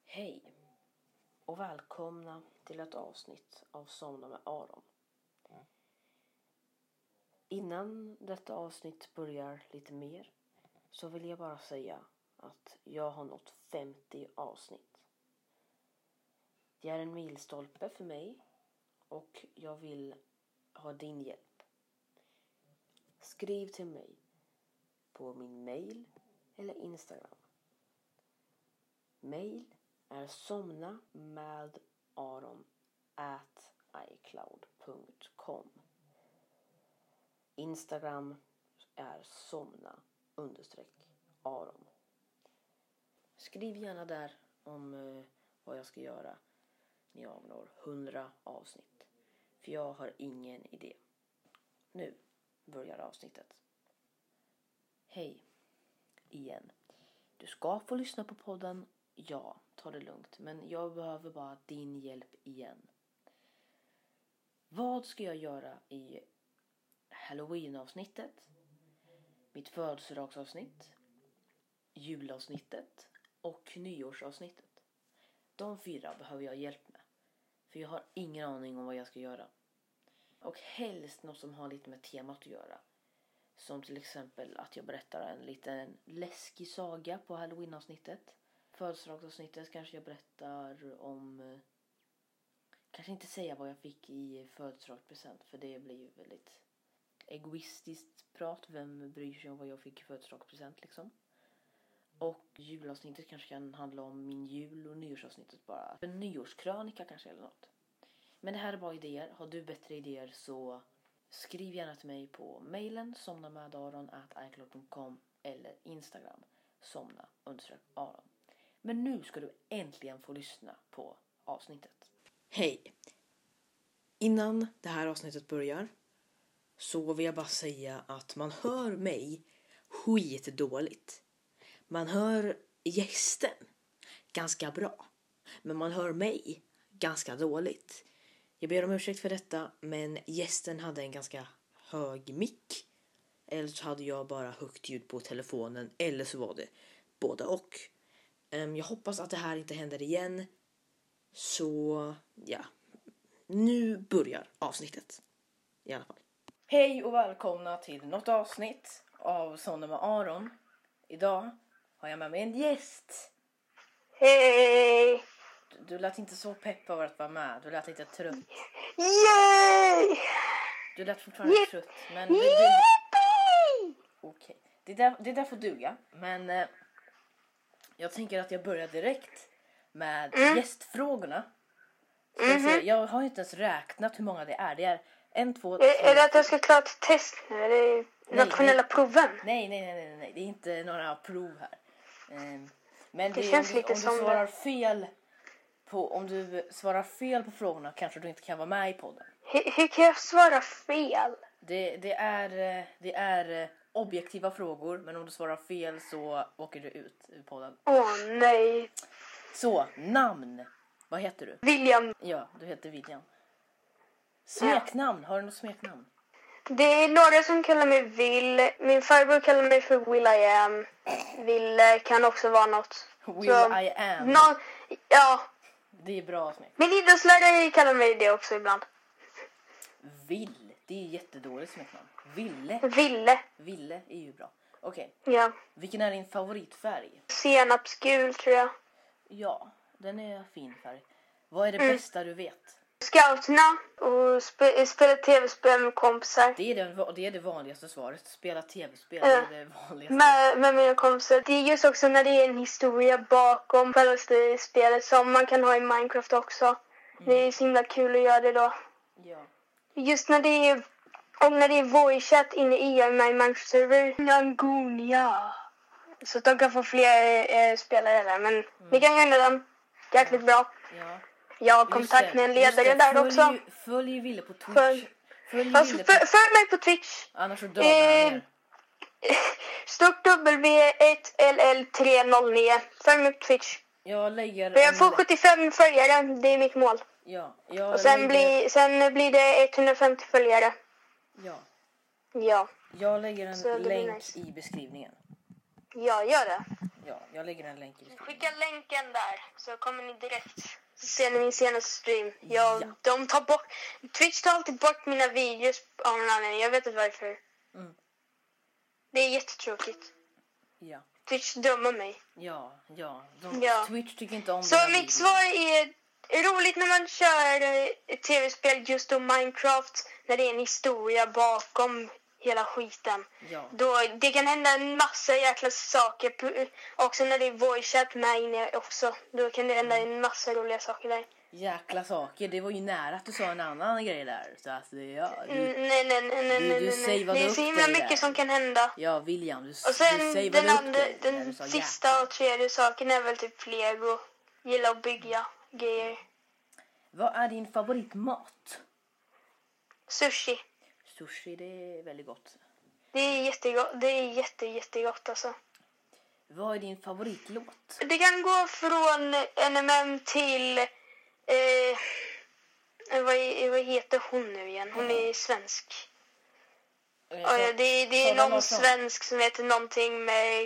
Hej och välkomna till ett avsnitt av Somna med Aron. Innan detta avsnitt börjar lite mer så vill jag bara säga att jag har nått 50 avsnitt. Det är en milstolpe för mig och jag vill ha din hjälp. Skriv till mig på min mail eller Instagram. Mail är somnamadaron@icloud.com. Instagram är somna_aron. Skriv gärna där om vad jag ska göra när jag når 100 avsnitt. För jag har ingen idé. Nu börjar avsnittet. Hej igen. Du ska få lyssna på podden. Ja, ta det lugnt. Men jag behöver bara din hjälp igen. Vad ska jag göra i Halloween-avsnittet? Mitt födelsedagsavsnitt? Julavsnittet? Och nyårsavsnittet? De 4 behöver jag hjälp med. För jag har ingen aning om vad jag ska göra. Och helst något som har lite med temat att göra. Som till exempel att jag berättar en liten läskig saga på Halloween-avsnittet. Födelsedagsavsnittet kanske jag berättar om... Kanske inte säga vad jag fick i födelsedagspresent. För det blir ju väldigt egoistiskt prat. Vem bryr sig om vad jag fick i födelsedagspresent liksom. Och julavsnittet kanske kan handla om min jul och nyårsavsnittet bara. En nyårskrönika kanske eller något. Men det här är bara idéer. Har du bättre idéer så skriv gärna till mig på mailen somnamadaron@icloud.com eller Instagram somna_aron. Men nu ska du äntligen få lyssna på avsnittet. Hej! Innan det här avsnittet börjar så vill jag bara säga att man hör mig skitdåligt. Man hör gästen ganska bra. Men man hör mig ganska dåligt. Jag ber om ursäkt för detta, men gästen hade en ganska hög mick. Eller så hade jag bara högt ljud på telefonen. Eller så var det båda och. Jag hoppas att det här inte händer igen. Så ja, nu börjar avsnittet. I alla fall. Hej och välkomna till något avsnitt av Somna med Aron. Idag har jag med mig en gäst. Hej! Du lät inte så pepp över att vara med. Du lät lite trött. Yay! Du lät fortfarande trött. Men okej. Det där får duga. Men jag tänker att jag börjar direkt med gästfrågorna. Jag har inte ens räknat hur många det är. Det är 1, 2, 3... Är det att jag ska klara ett test nu? Är det nationella proven? Nej. Det är inte några prov här. Men det känns lite om du som svarar fel om du svarar fel på frågorna kanske du inte kan vara med i podden. Hur kan jag svara fel? Det är objektiva frågor, men om du svarar fel så åker du ut ur podden. Åh nej. Så, namn. Vad heter du? William. Ja, du heter William. Smeknamn, har du något smeknamn? Det är några som kallar mig Will. Min farbror kallar mig för Will I am. Will kan också vara något. Will I am. Ja. Det är bra smek. Min idrottslärare kallar mig det också ibland. Vill, det är jättedåligt smeknamn. Ville är ju bra. Okej. Ja. Vilken är din favoritfärg? Senapsgul tror jag. Ja, den är fin färg. Vad är det bästa du vet? Scouterna och spela tv-spel med kompisar. Det är det vanligaste svaret. Spela tv-spel är det vanligaste. Med mina kompisar. Det är just också när det är en historia bakom själva spelet som man kan ha i Minecraft också. Det är så himla kul att göra det då. Ja. Just när det är voice chat inne i Minecraft-server. Langonia. Så att de kan få fler spelare där. Men vi kan göra den jäkligt bra. Ja. Jag har kontakt med en ledare där också. Följ Ville på Twitch. Följ mig på Twitch. Annars så drar jag ner. Stort W1LL309. Följ mig på Twitch. Jag får 75 följare. Det är mitt mål. Ja. Och sen blir det 150 följare. Ja. Ja. Jag lägger en länk i beskrivningen. Ja, gör det. Ja, jag lägger en länk i descriptionen. Skicka länken där så kommer ni direkt. Så ser ni min senaste stream. Ja. De tar bort... Twitch tar alltid bort mina videos av någon anledning. Jag vet inte varför. Mm. Det är jättetråkigt. Ja. Twitch dömer mig. Ja. Twitch tycker inte om Så det här mitt svar är roligt när man kör ett tv-spel, just då Minecraft, när det är en historia bakom hela skiten. Ja. Då, det kan hända en massa jäkla saker. Också när det är voice chat med inne också. Då kan det hända en massa roliga saker där. Jäkla saker, det var ju nära att du sa en annan grej där. Så att, ja, Nej. savade Det är upp så himla dig mycket där. som kan hända. Ja, William, du Och savade sen upp dig. den sista och tredje saken är väl typ Lego. Gillar att bygga grejer. Vad är din favoritmat? Sushi. Sushi, det är väldigt gott. Det är jättegott. Det är jättegott alltså. Vad är din favoritlåt? Det kan gå från NMM till... vad heter hon nu igen? Hon är svensk. Det är någon svensk som heter någonting med...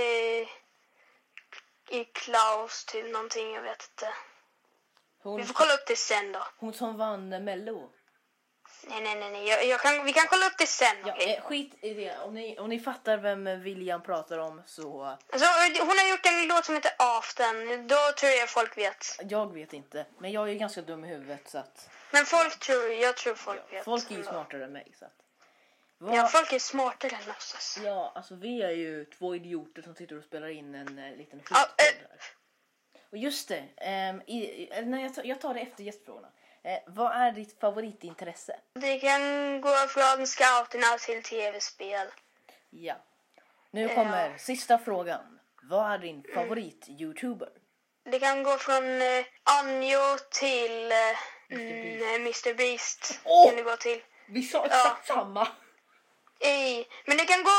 i Klaus till någonting, jag vet inte. Vi får kolla upp det sen då. Hon som vann Mello. Nej. Vi kan kolla upp det sen. Ja, Okay? skit i det. Om ni fattar vem William pratar om så... Alltså, hon har gjort en låt som heter Aften. Då tror jag folk vet. Jag vet inte. Men jag är ju ganska dum i huvudet så att... Men jag tror folk vet. Folk är ju smartare än mig så att... Ja, folk är smartare än oss. Alltså. Ja, alltså vi är ju två idioter som sitter och spelar in en liten skitpodd här. Och just det, jag tar det efter gästfrågorna. Vad är ditt favoritintresse? Det kan gå från scouterna till tv-spel. Ja. Nu kommer sista frågan. Vad är din favorit-youtuber? Det kan gå från Anjo till Mr. Beast. Kan det gå till. Vi sa exakt samma. Men det kan gå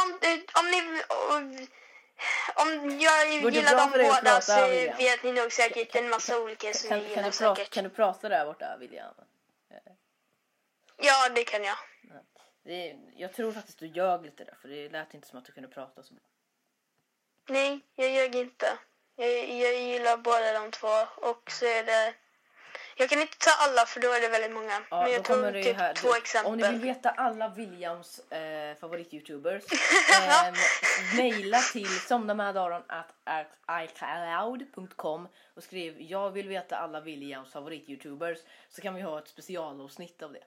om jag gillar dem båda så vet ni nog säkert en massa olika som jag gillar säkert. Kan du prata där borta, William? Ja, det kan jag. Jag tror faktiskt du ljög lite där, för det lät inte som att du kunde prata så bra. Nej, jag ljög inte. Jag gillar båda de två och så är det... Jag kan inte ta alla för då är det väldigt många. Ja, men jag tog typ 2 exempel. Om ni vill veta alla Williams favorit-youtubers, mejla till somnamadaron@icloud.com och skriv jag vill veta alla Williams favorit-youtubers, så kan vi ha ett specialavsnitt av det.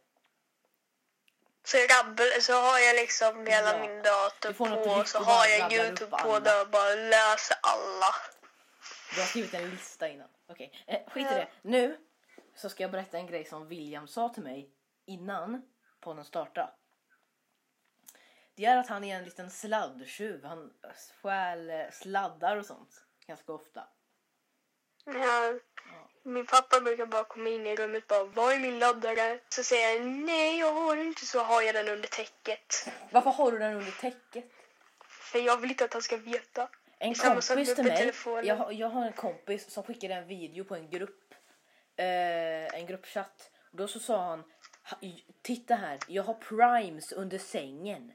Så har jag liksom hela min dator på, så har jag YouTube på där och bara läser alla. Du har skrivit en lista innan. Okej, skit i det. Nu så ska jag berätta en grej som William sa till mig innan podden startade. Det är att han är en liten sladdtjuv. Han stjäl sladdar och sånt ganska ofta. Ja. Min pappa brukar bara komma in i rummet och bara, vad är min laddare? Så säger jag, nej jag har inte, så har jag den under täcket. Varför har du den under täcket? För jag vill inte att han ska veta. En kompis till mig, jag har en kompis som skickade en video på en gruppchatt. Och då så sa han, titta här, jag har primes under sängen.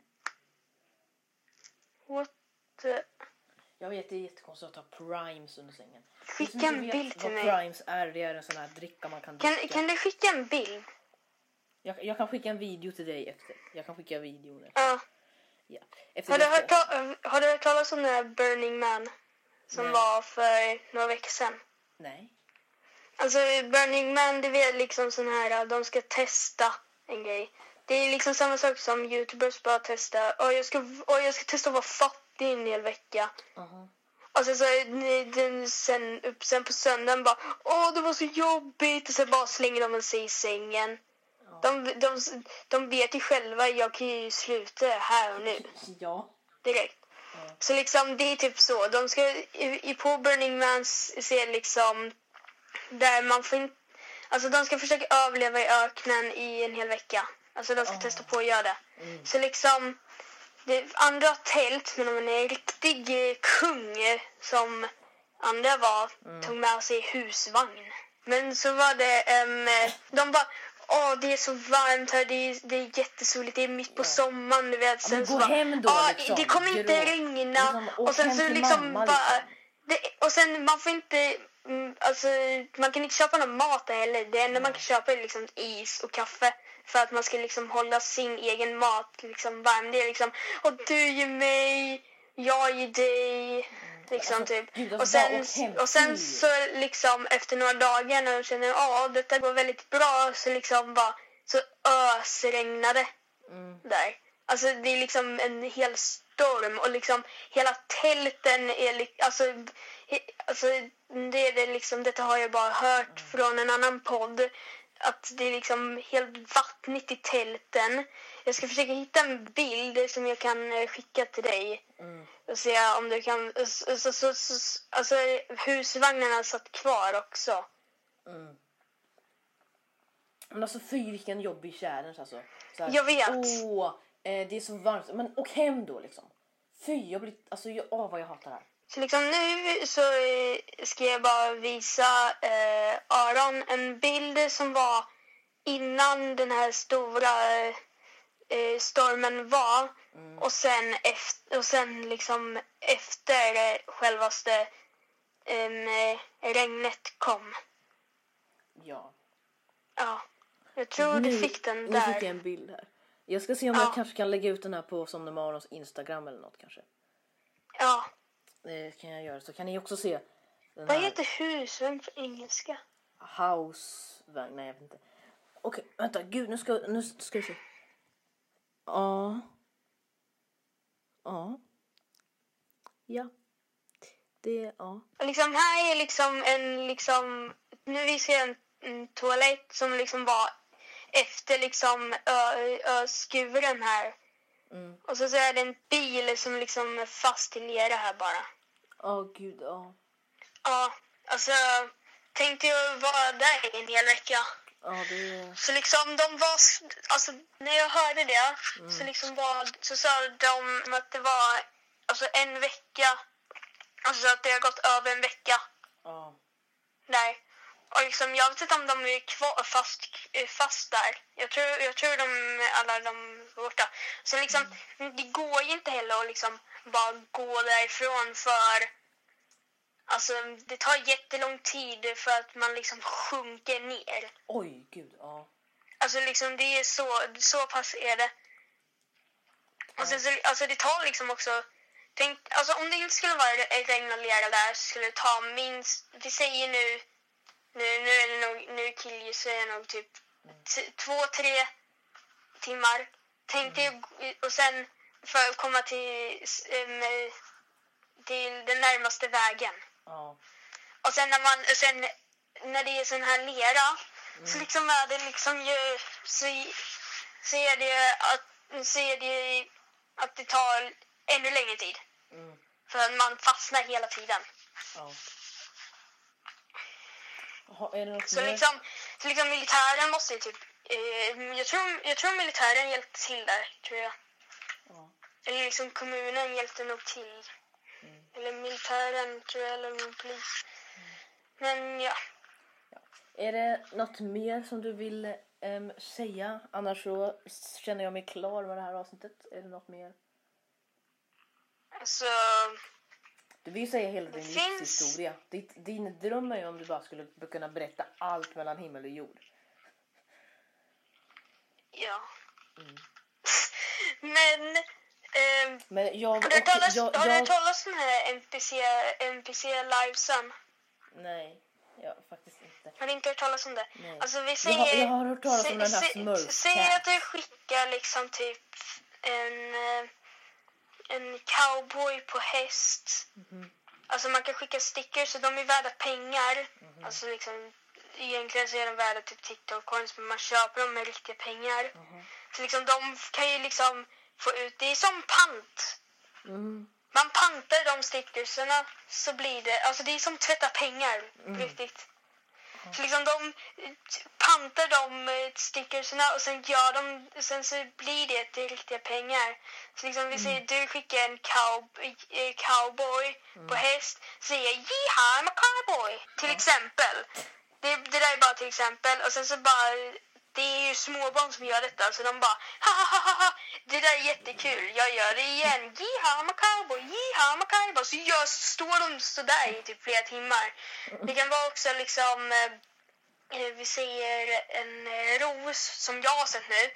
What the... Jag vet, det är jättekonstigt att ha primes under sängen. Skicka en bild till mig. Primes är, det är en sån här dricka man kan dricka. Kan du skicka en bild? Jag kan skicka en video till dig efter. Jag kan skicka videon efter. Ja. Har du hört talas om den här Burning Man? Som var för några veckor sedan. Nej. Alltså Burning Man, det är liksom sån här, de ska testa en grej. Det är liksom samma sak som YouTubers bara testa. Jag ska testa att vara fattig en hel vecka. Och sen på söndagen bara, det var så jobbigt. Och så bara slänger de sig i sängen. De vet ju själva, jag kan ju sluta här och nu. Ja. Direkt. Så liksom det är typ så. De ska på Burning Man se liksom där man får inte, alltså de ska försöka överleva i öknen i en hel vecka. Alltså de ska testa på att göra det. Så liksom andra har tält, men om man är en riktig kung som andra var, tog med sig husvagn. Men så var det de bara, det är så varmt här, det är jättesoligt, det är mitt på sommaren, du vet. Sen så hem då, liksom. Det kommer inte regna. Liksom, och sen så liksom mamma, bara... och sen man får inte... alltså, man kan inte köpa någon mat där heller. Det enda man kan köpa är liksom is och kaffe. För att man ska liksom hålla sin egen mat liksom varm. Det är liksom, och du ger mig, jag ger dig. Liksom alltså, typ. Gud, och sen så liksom efter några dagar när de känner detta går väldigt bra, så liksom bara så ösregnade där. Alltså det är liksom en hel storm och liksom hela tälten är alltså det är det liksom, detta har jag bara hört från en annan podd, att det är liksom helt vattnigt i tälten. Jag ska försöka hitta en bild som jag kan skicka till dig. Och se om du kan... alltså husvagnarna satt kvar också. Men alltså vilken jobbig challenge alltså. Så här, jag vet. Det är så varmt. Men åk hem då liksom. Jag blir... Alltså vad jag hatar det här. Så liksom nu så ska jag bara visa Aron en bild som var innan den här stora stormen var. Och sen liksom efter självaste regnet kom. Ja. Ja. Jag tror du fick den där. Nu fick jag en bild här. Jag ska se om jag kanske kan lägga ut den här på Somna med Arons Instagram eller något kanske. Ja. Det kan jag göra. Så kan ni också se. Vad heter husvagn på engelska? Housevagn. Nej, jag vet inte. Okej, vänta. Gud, nu ska vi se. Ja. Och liksom här är liksom nu visar jag en toalett som liksom var efter liksom skuren här. Och så är det en bil som liksom är fast till lera här bara. Gud, Ja, alltså tänkte jag vara där en hel vecka. Så liksom de var, alltså när jag hörde det så liksom så sa de att det var alltså en vecka, alltså att det har gått över en vecka. Nej. Och liksom jag vet inte om de är kvar fast där. Jag tror alla de är borta. Så liksom det går ju inte heller att liksom bara gå därifrån, för alltså det tar jättelång tid för att man liksom sjunker ner. Oj, gud, Alltså liksom det är så pass är det. Och sen så, alltså det tar liksom också, alltså om det inte skulle vara regn och lera där, så skulle det ta minst, vi säger nu är det nog, nu killgissar jag nog typ 2-3 timmar. Tänkte jag, och sen för att komma till den närmaste vägen. Och sen när det är sån här lera, så liksom är det liksom ju ser det att det tar ännu längre tid. För att man fastnar hela tiden. Så liksom militären måste ju typ jag tror militären hjälpte till där, tror jag. Eller liksom kommunen hjälpte nog till. Eller militären, tror jag, eller polis. Men ja. Är det något mer som du vill säga? Annars så känner jag mig klar med det här avsnittet. Är det något mer? Alltså... Du vill säga hela din livshistoria. Din dröm är ju om du bara skulle kunna berätta allt mellan himmel och jord. Ja. Men har du talat om den här NPC Livesen? Nej, faktiskt inte. Har du inte hört talas om det? Nej. Alltså vi säger... Jag har hört talas om den här Smurfcat. Säg att du skickar liksom typ en cowboy på häst. Alltså man kan skicka stickers, så de är värda pengar. Alltså liksom, egentligen så är de värda typ TikTok-coins, men man köper dem med riktiga pengar. Så liksom de kan ju liksom få ut, det är som pant. Man pantar de stickersarna, så blir det, alltså det är som tvätta pengar, riktigt. Så liksom de pantar de stickersarna och sen så blir det till riktiga pengar. Så liksom vi säger, du skickar en cowboy på häst, säger "Yeehaw, I'm a cowboy", till exempel. Det där är bara till exempel. Och sen så bara det är ju småbarn som gör detta, så de bara ha, det där är jättekul, jag gör det igen, jiha makabo, så står de så där i typ flera timmar. Det kan vara också liksom, vi säger en ros som jag har sett nu.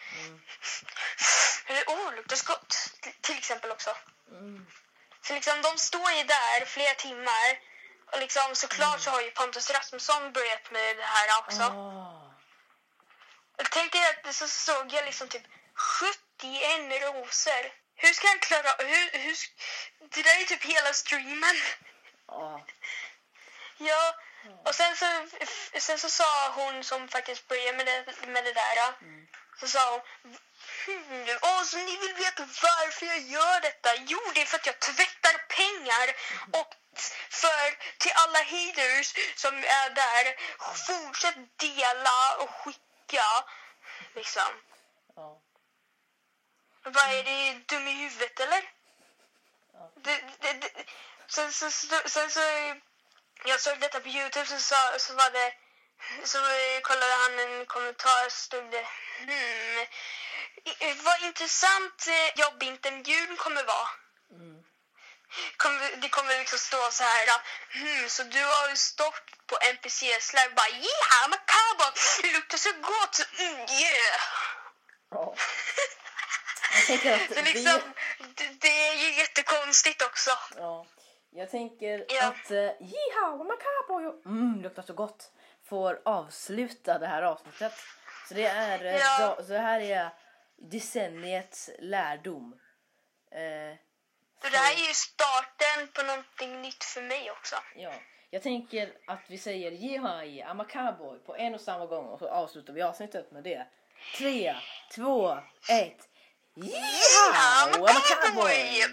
Eller luktar gott till exempel också. Så liksom de står ju där flera timmar, och liksom såklart så har ju Pontus Rasmusson börjat med det här också. Jag tänkte att så såg jag liksom typ 71 rosor. Hur ska han klara... det där är typ hela streamen. Ja, och sen så sa hon som faktiskt började med det där. Så sa hon... så ni vill veta varför jag gör detta? Jo, det är för att jag tvättar pengar. Och till alla haters som är där, fortsätt dela och skicka. Liksom. Vad är det, dum i huvudet eller? Sen så jag såg detta på YouTube, så var det, så kollade han en kommentar, stod det vad intressant jobbintervjun kommer vara. Det kommer liksom stå så här, så du har ju stått på NPC-släpp bara, jiha makabo, det luktar så gott, yeah. Jag tänker att så liksom, det är ju jättekonstigt också. Jag tänker att jiha makabo, luktar så gott, får avsluta det här avsnittet. Så det är så här är decenniets lärdom. Det här är ju starten på någonting nytt för mig också. Ja, jag tänker att vi säger Jihai Amakaboy på en och samma gång, och så avslutar vi avsnittet med det. 3, 2, 1. Jihai Amakaboy!